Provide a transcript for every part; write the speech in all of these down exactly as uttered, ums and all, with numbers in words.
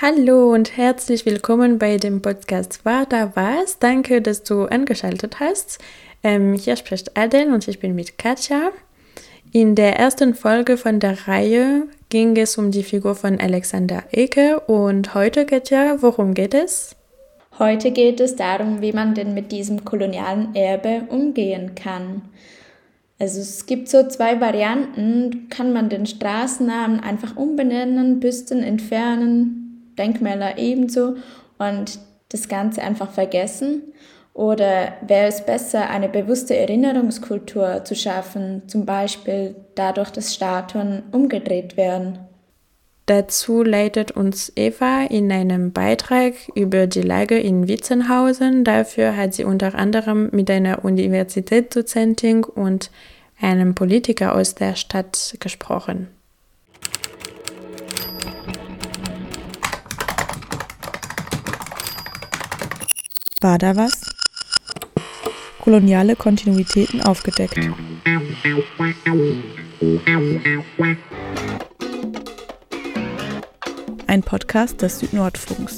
Hallo und herzlich willkommen bei dem Podcast War da was? Danke, dass du eingeschaltet hast. Ähm, hier spricht Aden und ich bin mit Katja. In der ersten Folge von der Reihe ging es um die Figur von Alexander Ecke und heute, Katja, worum geht es? Heute geht es darum, wie man denn mit diesem kolonialen Erbe umgehen kann. Also es gibt so zwei Varianten. Kann man den Straßennamen einfach umbenennen, Büsten entfernen, Denkmäler ebenso und das Ganze einfach vergessen? Oder wäre es besser, eine bewusste Erinnerungskultur zu schaffen, zum Beispiel dadurch, dass Statuen umgedreht werden? Dazu leitet uns Eva in einem Beitrag über die Lage in Witzenhausen. Dafür hat sie unter anderem mit einer Universitätsdozentin und einem Politiker aus der Stadt gesprochen. War da was? Koloniale Kontinuitäten aufgedeckt. Ein Podcast des Südnordfunks.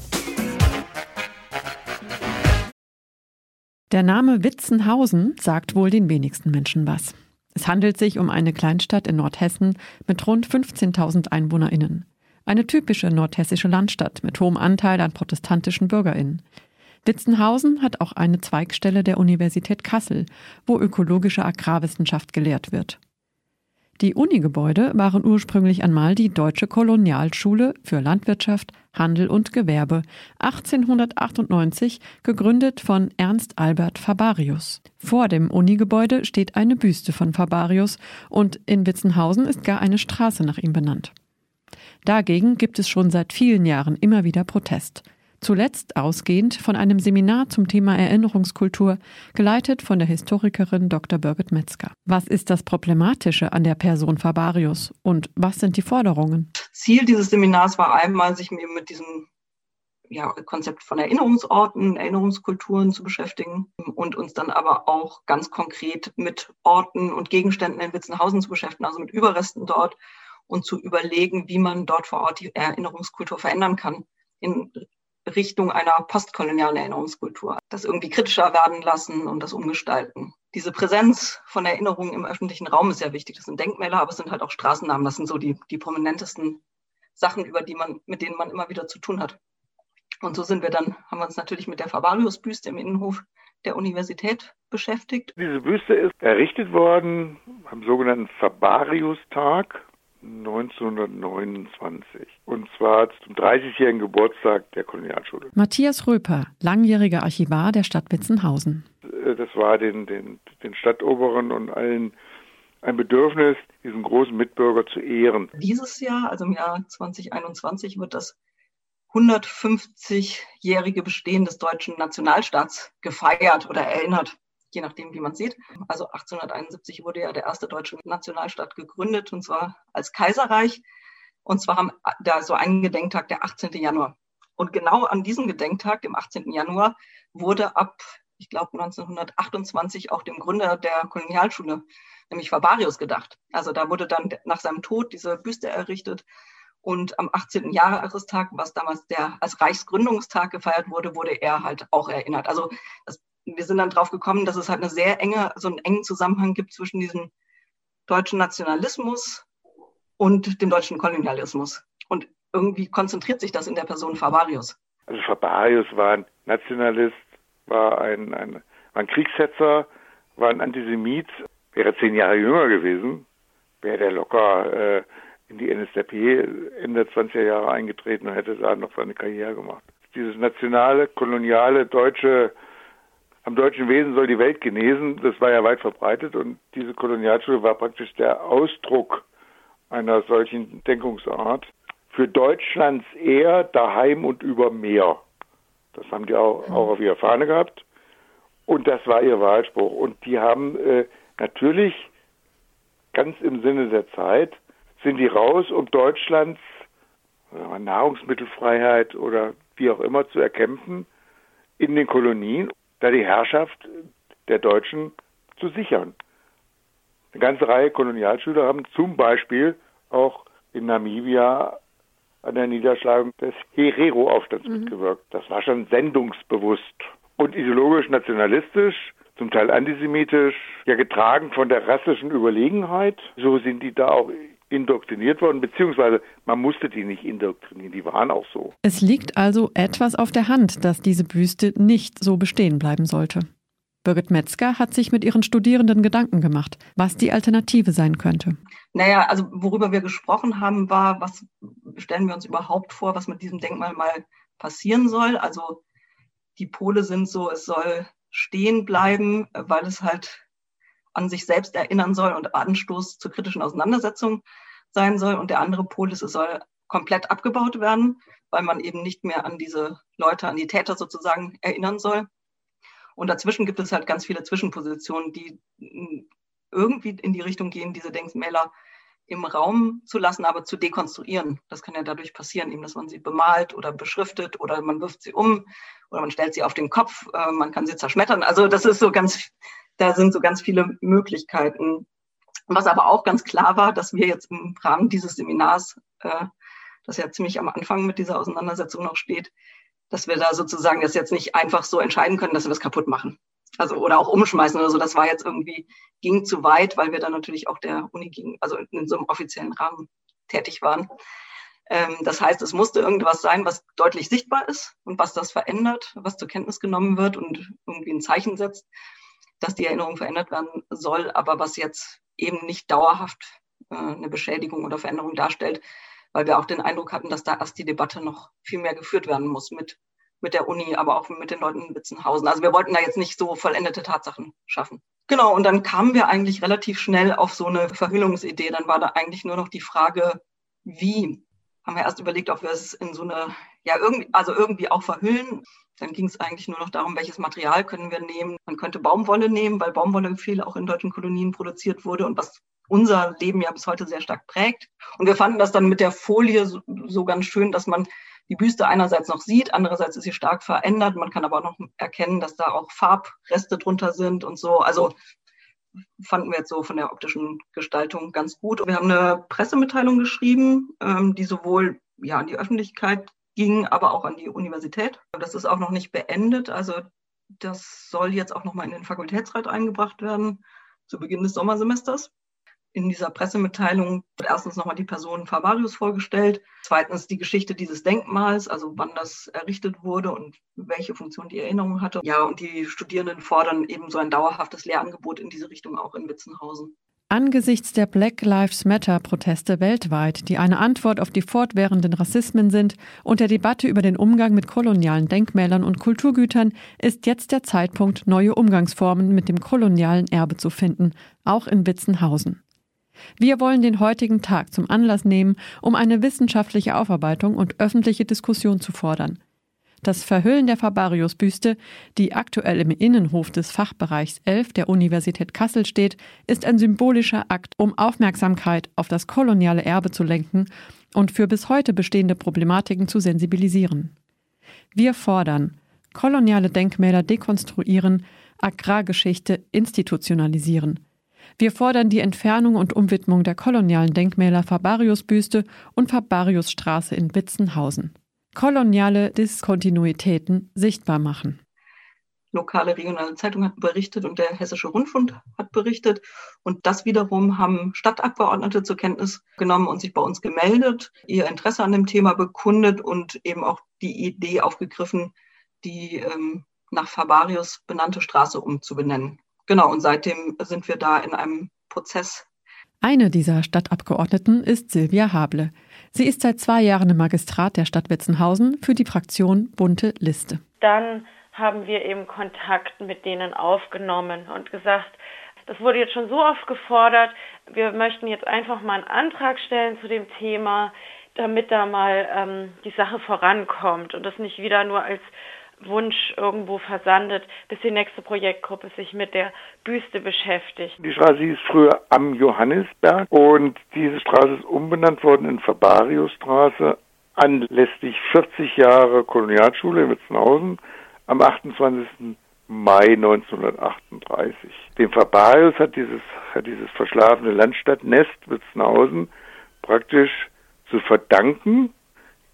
Der Name Witzenhausen sagt wohl den wenigsten Menschen was. Es handelt sich um eine Kleinstadt in Nordhessen mit rund fünfzehntausend EinwohnerInnen. Eine typische nordhessische Landstadt mit hohem Anteil an protestantischen BürgerInnen. Witzenhausen hat auch eine Zweigstelle der Universität Kassel, wo ökologische Agrarwissenschaft gelehrt wird. Die Unigebäude waren ursprünglich einmal die Deutsche Kolonialschule für Landwirtschaft, Handel und Gewerbe, achtzehnhundertachtundneunzig gegründet von Ernst Albert Fabarius. Vor dem Unigebäude steht eine Büste von Fabarius und in Witzenhausen ist gar eine Straße nach ihm benannt. Dagegen gibt es schon seit vielen Jahren immer wieder Protest. Zuletzt ausgehend von einem Seminar zum Thema Erinnerungskultur, geleitet von der Historikerin Doktor Birgit Metzger. Was ist das Problematische an der Person Fabarius und was sind die Forderungen? Ziel dieses Seminars war einmal, sich eben mit diesem ja, Konzept von Erinnerungsorten, Erinnerungskulturen zu beschäftigen und uns dann aber auch ganz konkret mit Orten und Gegenständen in Witzenhausen zu beschäftigen, also mit Überresten dort und zu überlegen, wie man dort vor Ort die Erinnerungskultur verändern kann in Richtung einer postkolonialen Erinnerungskultur. Das irgendwie kritischer werden lassen und das umgestalten. Diese Präsenz von Erinnerungen im öffentlichen Raum ist sehr wichtig. Das sind Denkmäler, aber es sind halt auch Straßennamen. Das sind so die, die prominentesten Sachen, über die man, mit denen man immer wieder zu tun hat. Und so sind wir dann, haben wir uns natürlich mit der Fabarius-Büste im Innenhof der Universität beschäftigt. Diese Büste ist errichtet worden am sogenannten Fabarius-Tag neunzehnhundertneunundzwanzig. Und zwar zum dreißigjährigen Geburtstag der Kolonialschule. Matthias Röper, langjähriger Archivar der Stadt Witzenhausen. Das war den, den, den Stadtoberen und allen ein Bedürfnis, diesen großen Mitbürger zu ehren. Dieses Jahr, also im Jahr zwanzig einundzwanzig, wird das hundertfünfzigjährige Bestehen des deutschen Nationalstaats gefeiert oder erinnert. Je nachdem, wie man sieht. Also achtzehnhunderteinundsiebzig wurde ja der erste deutsche Nationalstaat gegründet, und zwar als Kaiserreich. Und zwar haben da so einen Gedenktag, der achtzehnten Januar. Und genau an diesem Gedenktag, dem achtzehnten Januar, wurde ab, ich glaube, neunzehnhundertachtundzwanzig auch dem Gründer der Kolonialschule, nämlich Fabarius, gedacht. Also da wurde dann nach seinem Tod diese Büste errichtet. Und am achtzehnten Jahrestag, was damals der als Reichsgründungstag gefeiert wurde, wurde er halt auch erinnert. Also das Wir sind dann drauf gekommen, dass es halt eine sehr enge, so einen engen Zusammenhang gibt zwischen diesem deutschen Nationalismus und dem deutschen Kolonialismus. Und irgendwie konzentriert sich das in der Person Fabarius. Also Fabarius war ein Nationalist, war ein, ein, war ein Kriegshetzer, war ein Antisemit. Wäre zehn Jahre jünger gewesen, wäre der locker äh, in die N S D A P Ende der zwanziger Jahre eingetreten und hätte da noch seine Karriere gemacht. Dieses nationale, koloniale, deutsche Am deutschen Wesen soll die Welt genesen, das war ja weit verbreitet und diese Kolonialschule war praktisch der Ausdruck einer solchen Denkungsart. Für Deutschlands eher daheim und über Meer. Das haben die auch, auch auf ihrer Fahne gehabt und das war ihr Wahlspruch. Und die haben äh, natürlich ganz im Sinne der Zeit, sind die raus, um Deutschlands äh, Nahrungsmittelfreiheit oder wie auch immer zu erkämpfen in den Kolonien, da die Herrschaft der Deutschen zu sichern. Eine ganze Reihe Kolonialschüler haben zum Beispiel auch in Namibia an der Niederschlagung des Herero-Aufstands mhm. mitgewirkt. Das war schon sendungsbewusst und ideologisch nationalistisch, zum Teil antisemitisch, ja getragen von der rassischen Überlegenheit. So sind die da auch indoktriniert worden, beziehungsweise man musste die nicht indoktrinieren, die waren auch so. Es liegt also etwas auf der Hand, dass diese Büste nicht so bestehen bleiben sollte. Birgit Metzger hat sich mit ihren Studierenden Gedanken gemacht, was die Alternative sein könnte. Naja, also worüber wir gesprochen haben, war, was stellen wir uns überhaupt vor, was mit diesem Denkmal mal passieren soll. Also die Pole sind so, es soll stehen bleiben, weil es halt an sich selbst erinnern soll und Anstoß zur kritischen Auseinandersetzung sein soll. Und der andere Pol ist, es soll komplett abgebaut werden, weil man eben nicht mehr an diese Leute, an die Täter sozusagen erinnern soll. Und dazwischen gibt es halt ganz viele Zwischenpositionen, die irgendwie in die Richtung gehen, diese Denkmäler im Raum zu lassen, aber zu dekonstruieren. Das kann ja dadurch passieren, eben, dass man sie bemalt oder beschriftet oder man wirft sie um oder man stellt sie auf den Kopf, äh, man kann sie zerschmettern. Also das ist so ganz, da sind so ganz viele Möglichkeiten. Was aber auch ganz klar war, dass wir jetzt im Rahmen dieses Seminars, äh, das ja ziemlich am Anfang mit dieser Auseinandersetzung noch steht, dass wir da sozusagen das jetzt nicht einfach so entscheiden können, dass wir das kaputt machen. Also, oder auch umschmeißen oder so. Das war jetzt irgendwie, ging zu weit, weil wir dann natürlich auch der Uni gegen, also in so einem offiziellen Rahmen tätig waren. Ähm, das heißt, es musste irgendwas sein, was deutlich sichtbar ist und was das verändert, was zur Kenntnis genommen wird und irgendwie ein Zeichen setzt, dass die Erinnerung verändert werden soll, aber was jetzt eben nicht dauerhaft äh, eine Beschädigung oder Veränderung darstellt, weil wir auch den Eindruck hatten, dass da erst die Debatte noch viel mehr geführt werden muss mit, mit der Uni, aber auch mit den Leuten in Witzenhausen. Also wir wollten da jetzt nicht so vollendete Tatsachen schaffen. Genau, und dann kamen wir eigentlich relativ schnell auf so eine Verhüllungsidee. Dann war da eigentlich nur noch die Frage, wie? Haben wir erst überlegt, ob wir es in so eine, ja, irgendwie, also irgendwie auch verhüllen. Dann ging es eigentlich nur noch darum, welches Material können wir nehmen. Man könnte Baumwolle nehmen, weil Baumwolle viel auch in deutschen Kolonien produziert wurde und was unser Leben ja bis heute sehr stark prägt. Und wir fanden das dann mit der Folie so, so ganz schön, dass man die Büste einerseits noch sieht, andererseits ist sie stark verändert. Man kann aber auch noch erkennen, dass da auch Farbreste drunter sind und so. Also fanden wir jetzt so von der optischen Gestaltung ganz gut. Wir haben eine Pressemitteilung geschrieben, die sowohl ja an die Öffentlichkeit ging, aber auch an die Universität. Das ist auch noch nicht beendet. Also das soll jetzt auch nochmal in den Fakultätsrat eingebracht werden, zu Beginn des Sommersemesters. In dieser Pressemitteilung wird erstens nochmal die Person Fabarius vorgestellt, zweitens die Geschichte dieses Denkmals, also wann das errichtet wurde und welche Funktion die Erinnerung hatte. Ja, und die Studierenden fordern eben so ein dauerhaftes Lehrangebot in diese Richtung auch in Witzenhausen. Angesichts der Black Lives Matter-Proteste weltweit, die eine Antwort auf die fortwährenden Rassismen sind, und der Debatte über den Umgang mit kolonialen Denkmälern und Kulturgütern, ist jetzt der Zeitpunkt, neue Umgangsformen mit dem kolonialen Erbe zu finden, auch in Witzenhausen. Wir wollen den heutigen Tag zum Anlass nehmen, um eine wissenschaftliche Aufarbeitung und öffentliche Diskussion zu fordern. Das Verhüllen der Fabarius-Büste, die aktuell im Innenhof des Fachbereichs elf der Universität Kassel steht, ist ein symbolischer Akt, um Aufmerksamkeit auf das koloniale Erbe zu lenken und für bis heute bestehende Problematiken zu sensibilisieren. Wir fordern: koloniale Denkmäler dekonstruieren, Agrargeschichte institutionalisieren. Wir fordern die Entfernung und Umwidmung der kolonialen Denkmäler Fabarius-Büste und Fabarius-Straße in Witzenhausen. Koloniale Diskontinuitäten sichtbar machen. Lokale, regionale Zeitung hat berichtet und der Hessische Rundfunk hat berichtet. Und das wiederum haben Stadtabgeordnete zur Kenntnis genommen und sich bei uns gemeldet, ihr Interesse an dem Thema bekundet und eben auch die Idee aufgegriffen, die ähm, nach Fabarius benannte Straße umzubenennen. Genau, und seitdem sind wir da in einem Prozess. Eine dieser Stadtabgeordneten ist Silvia Hable. Sie ist seit zwei Jahren im Magistrat der Stadt Witzenhausen für die Fraktion Bunte Liste. Dann haben wir eben Kontakt mit denen aufgenommen und gesagt, das wurde jetzt schon so oft gefordert, wir möchten jetzt einfach mal einen Antrag stellen zu dem Thema, damit da mal ähm, die Sache vorankommt und das nicht wieder nur als Wunsch irgendwo versandet, bis die nächste Projektgruppe sich mit der Büste beschäftigt. Die Straße hieß früher Am Johannisberg und diese Straße ist umbenannt worden in Fabariusstraße anlässlich vierzig Jahre Kolonialschule in Witzenhausen am achtundzwanzigsten Mai neunzehnhundertachtunddreißig. Dem Fabarius hat dieses, hat dieses verschlafene Landstadtnest Witzenhausen praktisch zu verdanken,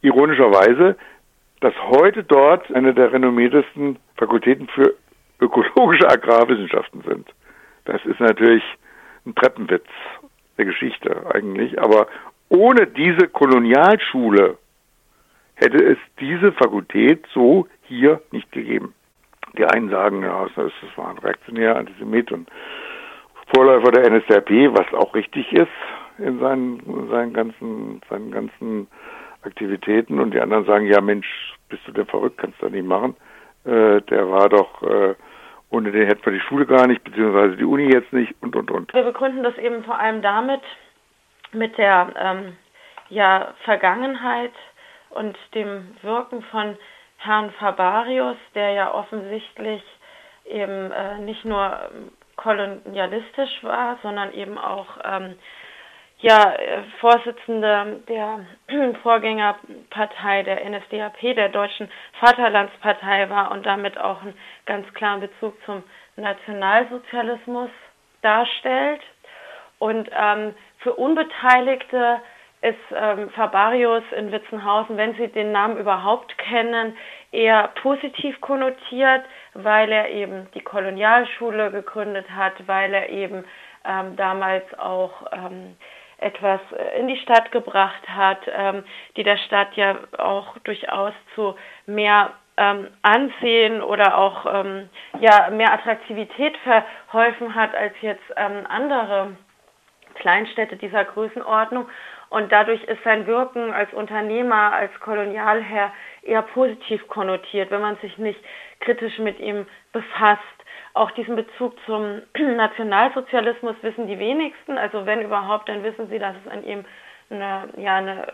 ironischerweise, dass heute dort eine der renommiertesten Fakultäten für ökologische Agrarwissenschaften sind. Das ist natürlich ein Treppenwitz der Geschichte eigentlich, aber ohne diese Kolonialschule hätte es diese Fakultät so hier nicht gegeben. Die einen sagen, ja, das war ein reaktionärer Antisemit und Vorläufer der N S D A P, was auch richtig ist in seinen, in seinen ganzen, seinen ganzen Aktivitäten. Und die anderen sagen, ja Mensch, bist du denn verrückt, kannst du das nicht machen. Äh, der war doch, äh, ohne den hätten wir die Schule gar nicht, beziehungsweise die Uni jetzt nicht und, und, und. Wir begründen das eben vor allem damit, mit der ähm, ja, Vergangenheit und dem Wirken von Herrn Fabarius, der ja offensichtlich eben äh, nicht nur ähm, kolonialistisch war, sondern eben auch ähm, ja, äh, Vorsitzende der Vorgängerpartei der N S D A P, der Deutschen Vaterlandspartei war und damit auch einen ganz klaren Bezug zum Nationalsozialismus darstellt. Und ähm, für Unbeteiligte ist ähm, Fabarius in Witzenhausen, wenn Sie den Namen überhaupt kennen, eher positiv konnotiert, weil er eben die Kolonialschule gegründet hat, weil er eben ähm, damals auch ähm, etwas in die Stadt gebracht hat, ähm, die der Stadt ja auch durchaus zu mehr ähm, Ansehen oder auch ähm, ja, mehr Attraktivität verholfen hat als jetzt ähm, andere Kleinstädte dieser Größenordnung. Und dadurch ist sein Wirken als Unternehmer, als Kolonialherr eher positiv konnotiert, wenn man sich nicht kritisch mit ihm befasst. Auch diesen Bezug zum Nationalsozialismus wissen die wenigsten. Also wenn überhaupt, dann wissen sie, dass es an ihm eine, ja, eine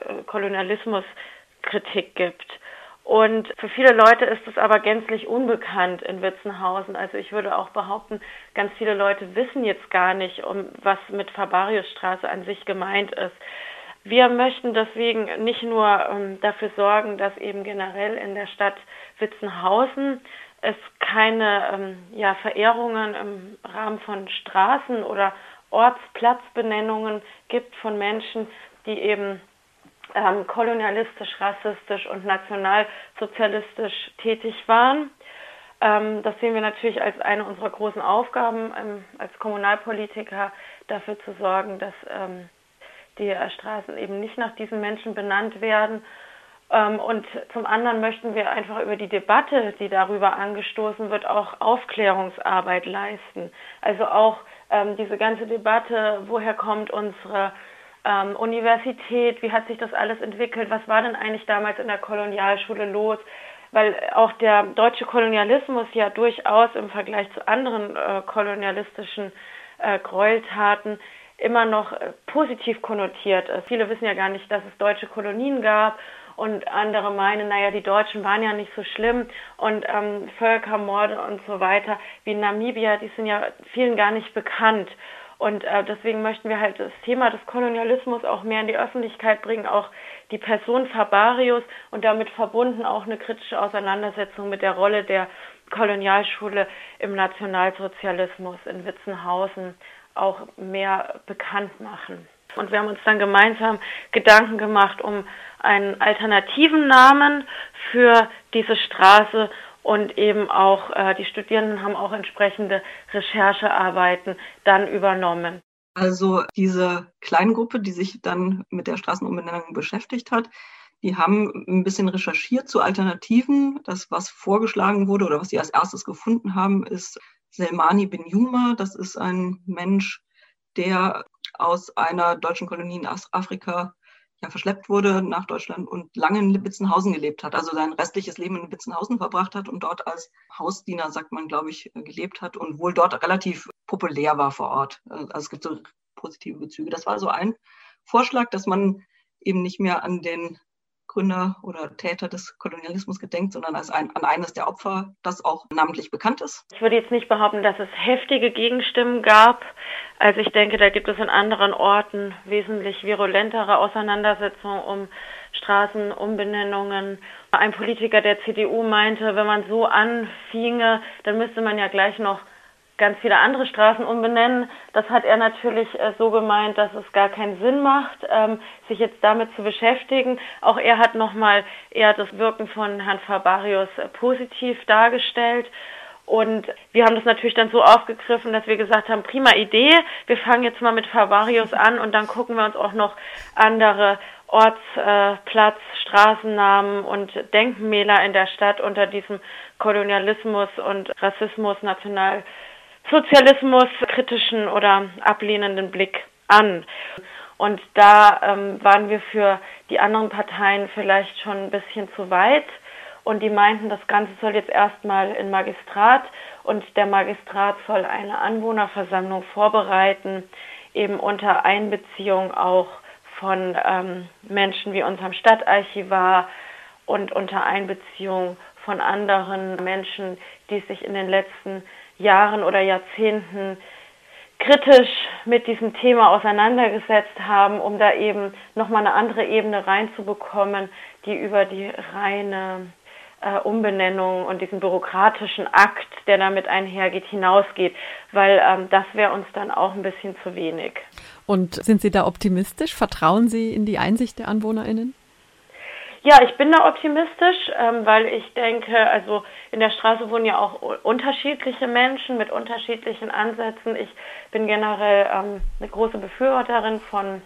Kolonialismuskritik gibt. Und für viele Leute ist es aber gänzlich unbekannt in Witzenhausen. Also ich würde auch behaupten, ganz viele Leute wissen jetzt gar nicht, um was mit Fabariusstraße an sich gemeint ist. Wir möchten deswegen nicht nur ähm, dafür sorgen, dass eben generell in der Stadt Witzenhausen es keine ähm, ja, Verehrungen im Rahmen von Straßen oder Ortsplatzbenennungen gibt von Menschen, die eben ähm, kolonialistisch, rassistisch und nationalsozialistisch tätig waren. Ähm, das sehen wir natürlich als eine unserer großen Aufgaben ähm, als Kommunalpolitiker, dafür zu sorgen, dass ähm, die äh, Straßen eben nicht nach diesen Menschen benannt werden. Ähm, und zum anderen möchten wir einfach über die Debatte, die darüber angestoßen wird, auch Aufklärungsarbeit leisten. Also auch ähm, diese ganze Debatte, woher kommt unsere ähm, Universität, wie hat sich das alles entwickelt, was war denn eigentlich damals in der Kolonialschule los? Weil auch der deutsche Kolonialismus ja durchaus im Vergleich zu anderen äh, kolonialistischen äh, Gräueltaten immer noch äh, positiv konnotiert ist. Viele wissen ja gar nicht, dass es deutsche Kolonien gab und andere meinen, naja, die Deutschen waren ja nicht so schlimm und ähm, Völkermorde und so weiter wie in Namibia, die sind ja vielen gar nicht bekannt. Und äh, deswegen möchten wir halt das Thema des Kolonialismus auch mehr in die Öffentlichkeit bringen, auch die Person Fabarius und damit verbunden auch eine kritische Auseinandersetzung mit der Rolle der Kolonialschule im Nationalsozialismus in Witzenhausen auch mehr bekannt machen. Und wir haben uns dann gemeinsam Gedanken gemacht um einen alternativen Namen für diese Straße und eben auch äh, die Studierenden haben auch entsprechende Recherchearbeiten dann übernommen. Also diese Kleingruppe, die sich dann mit der Straßenumbenennung beschäftigt hat, die haben ein bisschen recherchiert zu Alternativen. Das, was vorgeschlagen wurde oder was sie als erstes gefunden haben, ist Selmani bin Juma. Das ist ein Mensch, der aus einer deutschen Kolonie in Afrika ja, verschleppt wurde nach Deutschland und lange in Witzenhausen gelebt hat, also sein restliches Leben in Witzenhausen verbracht hat und dort als Hausdiener, sagt man, glaube ich, gelebt hat und wohl dort relativ populär war vor Ort. Also es gibt so positive Bezüge. Das war so ein Vorschlag, dass man eben nicht mehr an den Gründer oder Täter des Kolonialismus gedenkt, sondern als ein, an eines der Opfer, das auch namentlich bekannt ist. Ich würde jetzt nicht behaupten, dass es heftige Gegenstimmen gab. Also ich denke, da gibt es in anderen Orten wesentlich virulentere Auseinandersetzungen um Straßenumbenennungen. Ein Politiker der C D U meinte, wenn man so anfinge, dann müsste man ja gleich noch ganz viele andere Straßen umbenennen. Das hat er natürlich äh, so gemeint, dass es gar keinen Sinn macht, ähm, sich jetzt damit zu beschäftigen. Auch er hat nochmal eher das Wirken von Herrn Fabarius äh, positiv dargestellt. Und wir haben das natürlich dann so aufgegriffen, dass wir gesagt haben, prima Idee, wir fangen jetzt mal mit Fabarius an und dann gucken wir uns auch noch andere Orts-, äh, Platz-, Straßennamen und Denkmäler in der Stadt unter diesem Kolonialismus und Rassismus, Nationalsozialismus kritischen oder ablehnenden Blick an. Und da ähm, waren wir für die anderen Parteien vielleicht schon ein bisschen zu weit. Und die meinten, das Ganze soll jetzt erstmal in Magistrat und der Magistrat soll eine Anwohnerversammlung vorbereiten, eben unter Einbeziehung auch von ähm, Menschen wie unserem Stadtarchivar und unter Einbeziehung von anderen Menschen, die sich in den letzten Jahren oder Jahrzehnten kritisch mit diesem Thema auseinandergesetzt haben, um da eben nochmal eine andere Ebene reinzubekommen, die über die reine äh, Umbenennung und diesen bürokratischen Akt, der damit einhergeht, hinausgeht, weil ähm, das wäre uns dann auch ein bisschen zu wenig. Und sind Sie da optimistisch? Vertrauen Sie in die Einsicht der AnwohnerInnen? Ja, ich bin da optimistisch, ähm, weil ich denke, also in der Straße wohnen ja auch unterschiedliche Menschen mit unterschiedlichen Ansätzen. Ich bin generell ähm, eine große Befürworterin von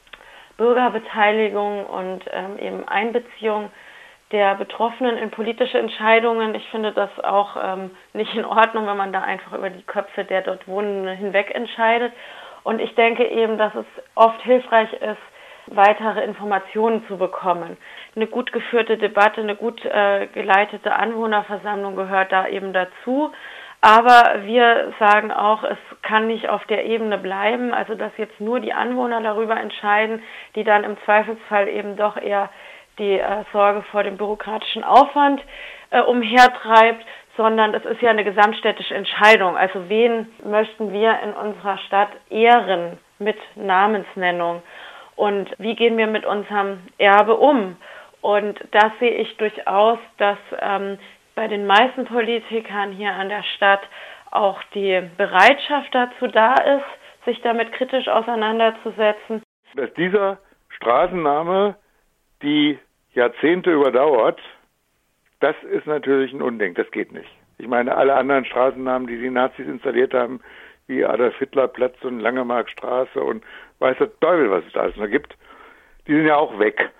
Bürgerbeteiligung und ähm, eben Einbeziehung der Betroffenen in politische Entscheidungen. Ich finde das auch ähm, nicht in Ordnung, wenn man da einfach über die Köpfe der dort Wohnenden hinweg entscheidet. Und ich denke eben, dass es oft hilfreich ist, weitere Informationen zu bekommen. Eine gut geführte Debatte, eine gut äh, geleitete Anwohnerversammlung gehört da eben dazu. Aber wir sagen auch, es kann nicht auf der Ebene bleiben, also dass jetzt nur die Anwohner darüber entscheiden, die dann im Zweifelsfall eben doch eher die äh, Sorge vor dem bürokratischen Aufwand äh, umhertreibt, sondern es ist ja eine gesamtstädtische Entscheidung. Also wen möchten wir in unserer Stadt ehren mit Namensnennung? Und wie gehen wir mit unserem Erbe um? Und das sehe ich durchaus, dass ähm, bei den meisten Politikern hier an der Stadt auch die Bereitschaft dazu da ist, sich damit kritisch auseinanderzusetzen. Dass dieser Straßenname die Jahrzehnte überdauert, das ist natürlich ein Unding, das geht nicht. Ich meine, alle anderen Straßennamen, die die Nazis installiert haben, wie Adolf-Hitler-Platz und Langemarkstraße und weiß der Teufel, was es da alles noch gibt, die sind ja auch weg.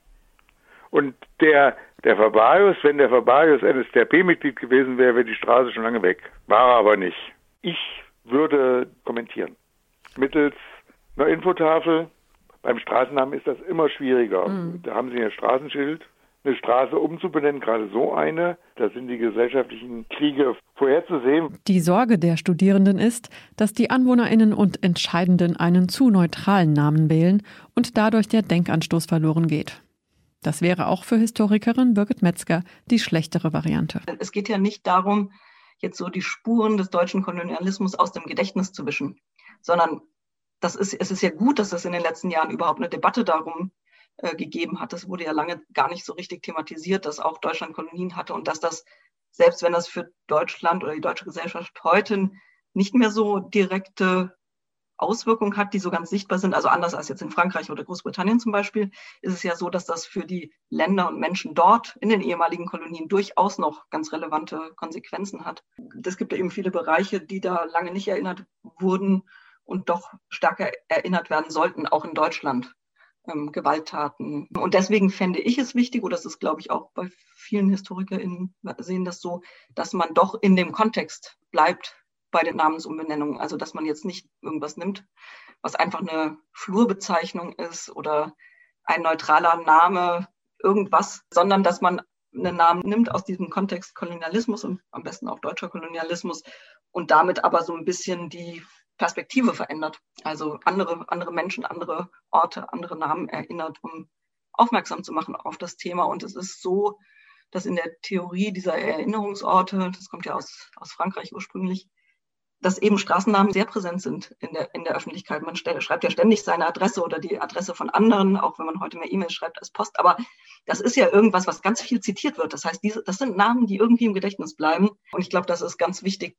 Und der, der Fabarius, wenn der Fabarius N S D A P-Mitglied gewesen wäre, wäre die Straße schon lange weg. War er aber nicht. Ich würde kommentieren. Mittels einer Infotafel, beim Straßennamen ist das immer schwieriger. Mhm. Da haben Sie ein Straßenschild, eine Straße umzubenennen, gerade so eine, da sind die gesellschaftlichen Kriege vorherzusehen. Die Sorge der Studierenden ist, dass die AnwohnerInnen und Entscheidenden einen zu neutralen Namen wählen und dadurch der Denkanstoß verloren geht. Das wäre auch für Historikerin Birgit Metzger die schlechtere Variante. Es geht ja nicht darum, jetzt so die Spuren des deutschen Kolonialismus aus dem Gedächtnis zu wischen, sondern das ist, es ist ja gut, dass es in den letzten Jahren überhaupt eine Debatte darum äh, gegeben hat. Das wurde ja lange gar nicht so richtig thematisiert, dass auch Deutschland Kolonien hatte und dass das, selbst wenn das für Deutschland oder die deutsche Gesellschaft heute nicht mehr so direkte Auswirkungen hat, die so ganz sichtbar sind, also anders als jetzt in Frankreich oder Großbritannien zum Beispiel, ist es ja so, dass das für die Länder und Menschen dort in den ehemaligen Kolonien durchaus noch ganz relevante Konsequenzen hat. Es gibt ja eben viele Bereiche, die da lange nicht erinnert wurden und doch stärker erinnert werden sollten, auch in Deutschland. Ähm, Gewalttaten. Und deswegen fände ich es wichtig, oder das ist, glaube ich, auch bei vielen HistorikerInnen sehen das so, dass man doch in dem Kontext bleibt bei den Namensumbenennungen. Also, dass man jetzt nicht irgendwas nimmt, was einfach eine Flurbezeichnung ist oder ein neutraler Name, irgendwas, sondern dass man einen Namen nimmt aus diesem Kontext Kolonialismus und am besten auch deutscher Kolonialismus und damit aber so ein bisschen die Perspektive verändert. Also andere, andere Menschen, andere Orte, andere Namen erinnert, um aufmerksam zu machen auf das Thema. Und es ist so, dass in der Theorie dieser Erinnerungsorte, das kommt ja aus, aus Frankreich ursprünglich, dass eben Straßennamen sehr präsent sind in der, in der Öffentlichkeit. Man st- schreibt ja ständig seine Adresse oder die Adresse von anderen, auch wenn man heute mehr E-Mails schreibt als Post. Aber das ist ja irgendwas, was ganz viel zitiert wird. Das heißt, diese, das sind Namen, die irgendwie im Gedächtnis bleiben. Und ich glaube, das ist ganz wichtig,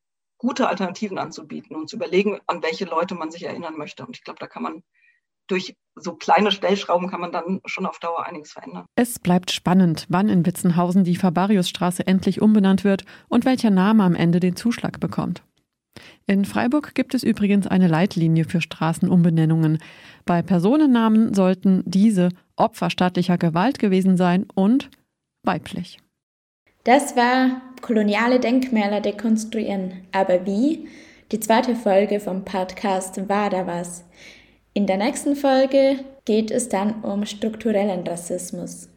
gute Alternativen anzubieten und zu überlegen, an welche Leute man sich erinnern möchte. Und ich glaube, da kann man durch so kleine Stellschrauben kann man dann schon auf Dauer einiges verändern. Es bleibt spannend, wann in Witzenhausen die Fabariusstraße endlich umbenannt wird und welcher Name am Ende den Zuschlag bekommt. In Freiburg gibt es übrigens eine Leitlinie für Straßenumbenennungen. Bei Personennamen sollten diese Opfer staatlicher Gewalt gewesen sein und weiblich. Das war koloniale Denkmäler dekonstruieren. Aber wie? Die zweite Folge vom Podcast War da was? In der nächsten Folge geht es dann um strukturellen Rassismus.